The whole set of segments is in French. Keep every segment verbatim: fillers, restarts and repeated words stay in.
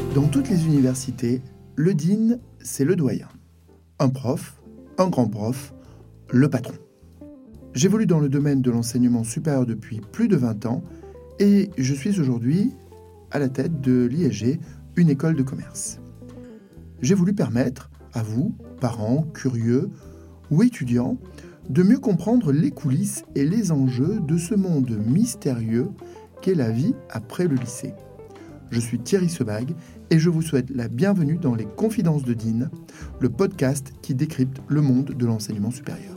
Dans toutes les universités, le dean, c'est le doyen. Un prof, un grand prof, le patron. J'évolue dans le domaine de l'enseignement supérieur depuis plus de vingt ans et je suis aujourd'hui à la tête de l'I S G, une école de commerce. J'ai voulu permettre à vous, parents, curieux ou étudiants, de mieux comprendre les coulisses et les enjeux de ce monde mystérieux qu'est la vie après le lycée. Je suis Thierry Sebag et je vous souhaite la bienvenue dans les Confidences de Dean, le podcast qui décrypte le monde de l'enseignement supérieur.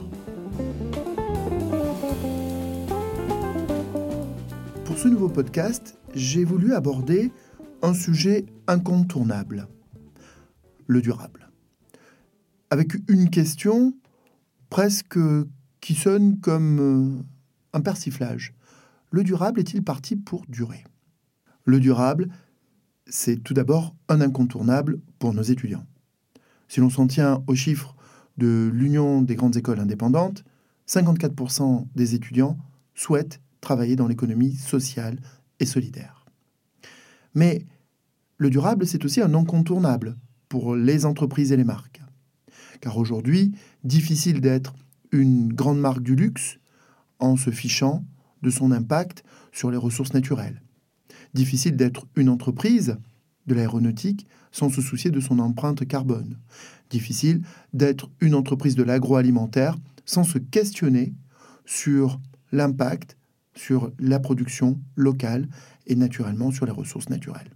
Pour ce nouveau podcast, j'ai voulu aborder un sujet incontournable, le durable. Avec une question presque qui sonne comme un persiflage. Le durable est-il parti pour durer ? Le durable, c'est tout d'abord un incontournable pour nos étudiants. Si l'on s'en tient aux chiffres de l'Union des grandes écoles indépendantes, cinquante-quatre pour cent des étudiants souhaitent travailler dans l'économie sociale et solidaire. Mais le durable, c'est aussi un incontournable pour les entreprises et les marques. Car aujourd'hui, difficile d'être une grande marque du luxe en se fichant de son impact sur les ressources naturelles. Difficile d'être une entreprise de l'aéronautique sans se soucier de son empreinte carbone. Difficile d'être une entreprise de l'agroalimentaire sans se questionner sur l'impact sur la production locale et naturellement sur les ressources naturelles.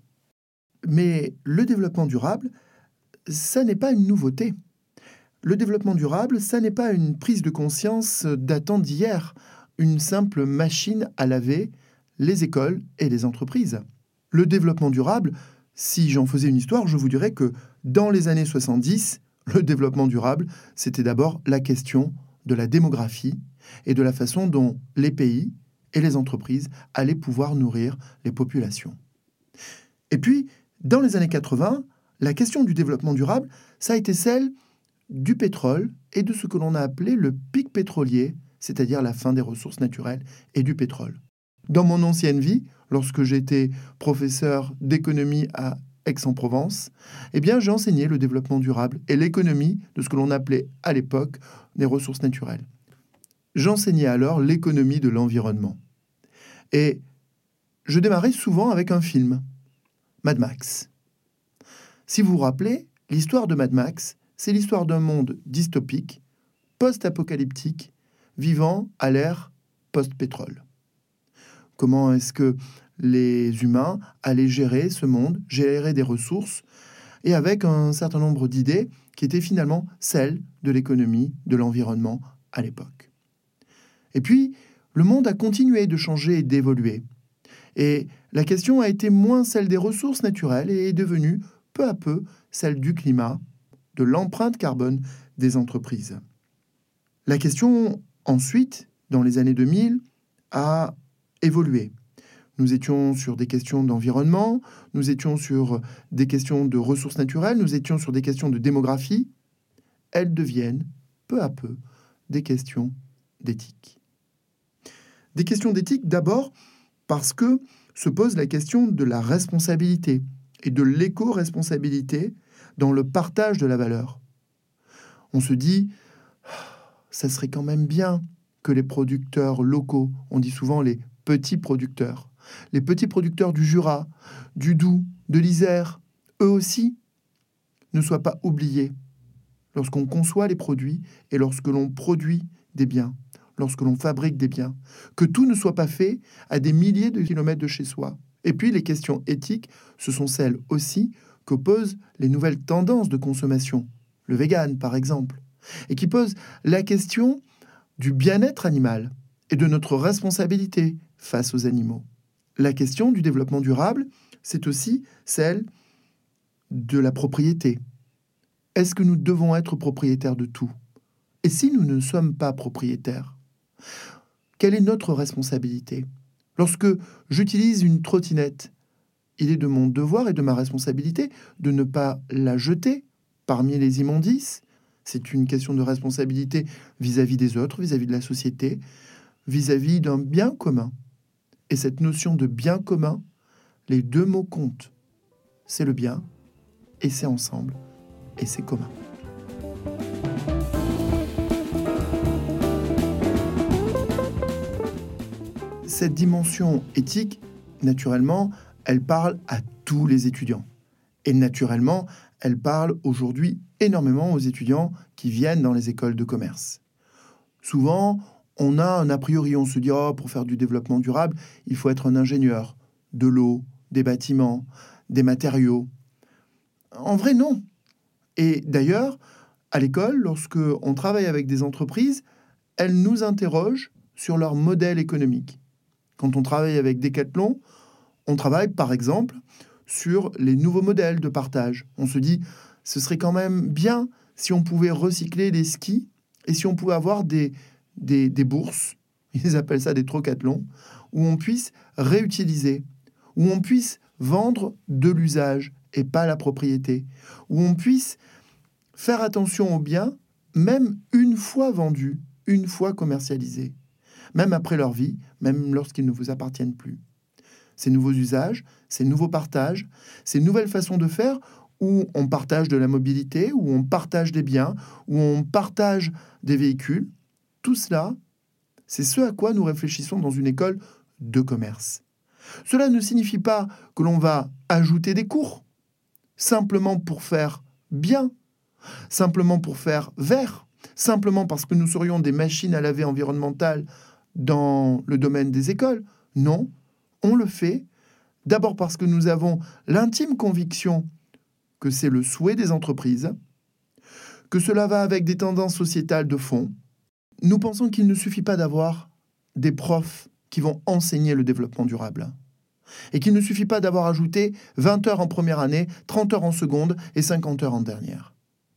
Mais le développement durable, ça n'est pas une nouveauté. Le développement durable, ça n'est pas une prise de conscience datant d'hier, une simple machine à laver les écoles et les entreprises. Le développement durable, si j'en faisais une histoire, je vous dirais que dans les années soixante-dix, le développement durable, c'était d'abord la question de la démographie et de la façon dont les pays et les entreprises allaient pouvoir nourrir les populations. Et puis, dans les années quatre-vingts, la question du développement durable, ça a été celle du pétrole et de ce que l'on a appelé le pic pétrolier, c'est-à-dire la fin des ressources naturelles et du pétrole. Dans mon ancienne vie, lorsque j'étais professeur d'économie à Aix-en-Provence, eh bien, j'ai enseigné le développement durable et l'économie de ce que l'on appelait à l'époque les ressources naturelles. J'enseignais alors l'économie de l'environnement. Et je démarrais souvent avec un film, Mad Max. Si vous vous rappelez, l'histoire de Mad Max, c'est l'histoire d'un monde dystopique, post-apocalyptique, vivant à l'ère post-pétrole. Comment est-ce que les humains allaient gérer ce monde, gérer des ressources, et avec un certain nombre d'idées qui étaient finalement celles de l'économie, de l'environnement à l'époque. Et puis, le monde a continué de changer et d'évoluer. Et la question a été moins celle des ressources naturelles et est devenue peu à peu celle du climat, de l'empreinte carbone des entreprises. La question, ensuite, dans les années deux mille, a évolué. Nous étions sur des questions d'environnement, nous étions sur des questions de ressources naturelles, nous étions sur des questions de démographie. Elles deviennent, peu à peu, des questions d'éthique. Des questions d'éthique d'abord parce que se pose la question de la responsabilité et de l'éco-responsabilité dans le partage de la valeur. On se dit, ça serait quand même bien que les producteurs locaux, on dit souvent les petits producteurs, les petits producteurs du Jura, du Doubs, de l'Isère, eux aussi, ne soient pas oubliés lorsqu'on conçoit les produits et lorsque l'on produit des biens, lorsque l'on fabrique des biens, que tout ne soit pas fait à des milliers de kilomètres de chez soi. Et puis les questions éthiques, ce sont celles aussi que posent les nouvelles tendances de consommation, le vegan par exemple, et qui posent la question du bien-être animal et de notre responsabilité face aux animaux. La question du développement durable, c'est aussi celle de la propriété. Est-ce que nous devons être propriétaires de tout ? Et si nous ne sommes pas propriétaires, quelle est notre responsabilité ? Lorsque j'utilise une trottinette, il est de mon devoir et de ma responsabilité de ne pas la jeter parmi les immondices. C'est une question de responsabilité vis-à-vis des autres, vis-à-vis de la société, vis-à-vis d'un bien commun. Et cette notion de bien commun, les deux mots comptent. c'est le bien, et c'est ensemble, et c'est commun. Cette dimension éthique, naturellement, elle parle à tous les étudiants. Et naturellement, elle parle aujourd'hui énormément aux étudiants qui viennent dans les écoles de commerce. Souvent, on a un a priori, on se dit oh, pour faire du développement durable, il faut être un ingénieur, de l'eau, des bâtiments, des matériaux. En vrai, non. Et d'ailleurs, à l'école, lorsque on travaille avec des entreprises, elles nous interrogent sur leur modèle économique. Quand on travaille avec Decathlon, on travaille par exemple sur les nouveaux modèles de partage. On se dit, ce serait quand même bien si on pouvait recycler les skis et si on pouvait avoir des, des, des bourses, ils appellent ça des trocathlons, où on puisse réutiliser, où on puisse vendre de l'usage et pas la propriété, où on puisse faire attention aux biens, même une fois vendus, une fois commercialisés, même après leur vie, même lorsqu'ils ne vous appartiennent plus. Ces nouveaux usages, ces nouveaux partages, ces nouvelles façons de faire où on partage de la mobilité, où on partage des biens, où on partage des véhicules, tout cela, c'est ce à quoi nous réfléchissons dans une école de commerce. Cela ne signifie pas que l'on va ajouter des cours, simplement pour faire bien, simplement pour faire vert, simplement parce que nous serions des machines à laver environnementales dans le domaine des écoles. Non, on le fait d'abord parce que nous avons l'intime conviction que c'est le souhait des entreprises, que cela va avec des tendances sociétales de fond. Nous pensons qu'il ne suffit pas d'avoir des profs qui vont enseigner le développement durable et qu'il ne suffit pas d'avoir ajouté vingt heures en première année, trente heures en seconde et cinquante heures en dernière.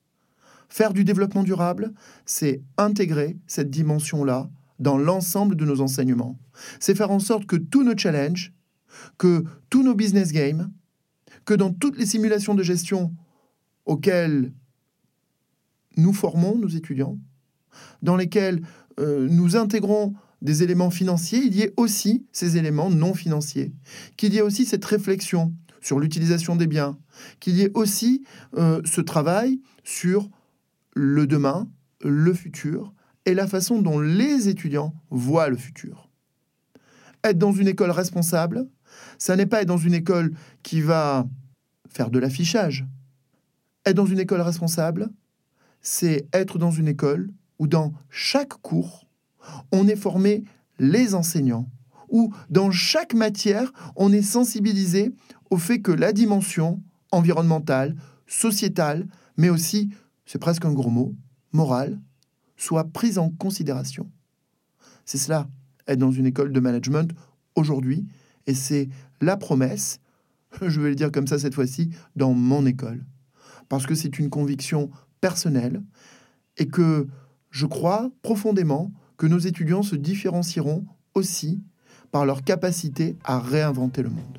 Faire du développement durable, c'est intégrer cette dimension-là dans l'ensemble de nos enseignements. C'est faire en sorte que tous nos challenges, que tous nos business games, que dans toutes les simulations de gestion auxquelles nous formons nos étudiants, dans lesquelles euh, nous intégrons des éléments financiers, il y ait aussi ces éléments non financiers, qu'il y ait aussi cette réflexion sur l'utilisation des biens, qu'il y ait aussi euh, ce travail sur le demain, le futur, et la façon dont les étudiants voient le futur. Être dans une école responsable, ça n'est pas être dans une école qui va faire de l'affichage. Être dans une école responsable, c'est être dans une école où dans chaque cours, on est formé les enseignants, où dans chaque matière, on est sensibilisé au fait que la dimension environnementale, sociétale, mais aussi, c'est presque un gros mot, morale, soit prise en considération. C'est cela, être dans une école de management aujourd'hui, et c'est la promesse, je vais le dire comme ça cette fois-ci, dans mon école. Parce que c'est une conviction personnelle et que je crois profondément que nos étudiants se différencieront aussi par leur capacité à réinventer le monde.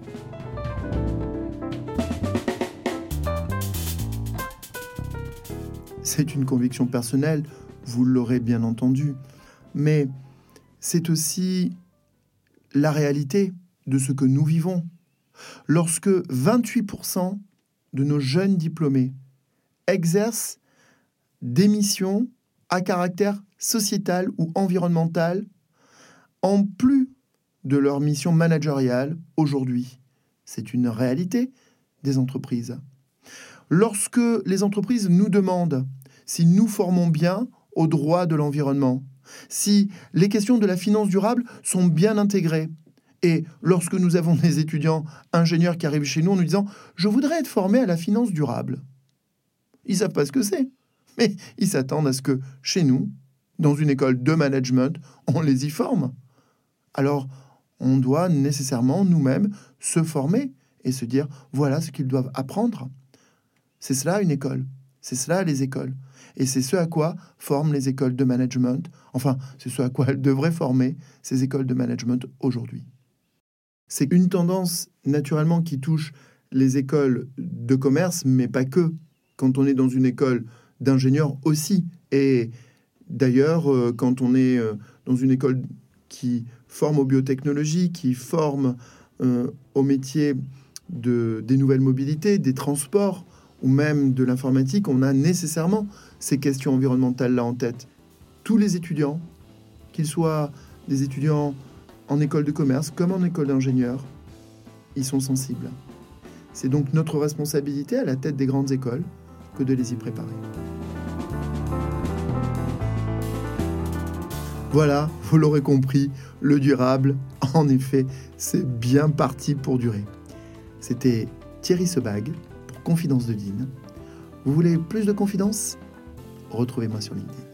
C'est une conviction personnelle, vous l'aurez bien entendu, mais c'est aussi la réalité de ce que nous vivons. Lorsque vingt-huit pour cent de nos jeunes diplômés exercent des missions à caractère sociétal ou environnemental, en plus de leur mission managériale aujourd'hui. C'est une réalité des entreprises. Lorsque les entreprises nous demandent si nous formons bien aux droits de l'environnement, si les questions de la finance durable sont bien intégrées, et lorsque nous avons des étudiants ingénieurs qui arrivent chez nous en nous disant « Je voudrais être formé à la finance durable », ils ne savent pas ce que c'est, mais ils s'attendent à ce que chez nous, dans une école de management, on les y forme. Alors, on doit nécessairement nous-mêmes se former et se dire « Voilà ce qu'ils doivent apprendre ». C'est cela une école, c'est cela les écoles. Et c'est ce à quoi forment les écoles de management, enfin, c'est ce à quoi elles devraient former ces écoles de management aujourd'hui. C'est une tendance naturellement qui touche les écoles de commerce, mais pas que. Quand on est dans une école d'ingénieurs aussi. Et d'ailleurs, euh, quand on est euh, dans une école qui forme aux biotechnologies, qui forme euh, au métier de, des nouvelles mobilités, des transports ou même de l'informatique, on a nécessairement ces questions environnementales-là en tête. Tous les étudiants, qu'ils soient des étudiants en école de commerce comme en école d'ingénieur, ils sont sensibles. C'est donc notre responsabilité à la tête des grandes écoles que de les y préparer. Voilà, vous l'aurez compris, le durable, en effet, c'est bien parti pour durer. C'était Thierry Sebag pour Confidence de Dean. Vous voulez plus de confidences ? Retrouvez-moi sur LinkedIn.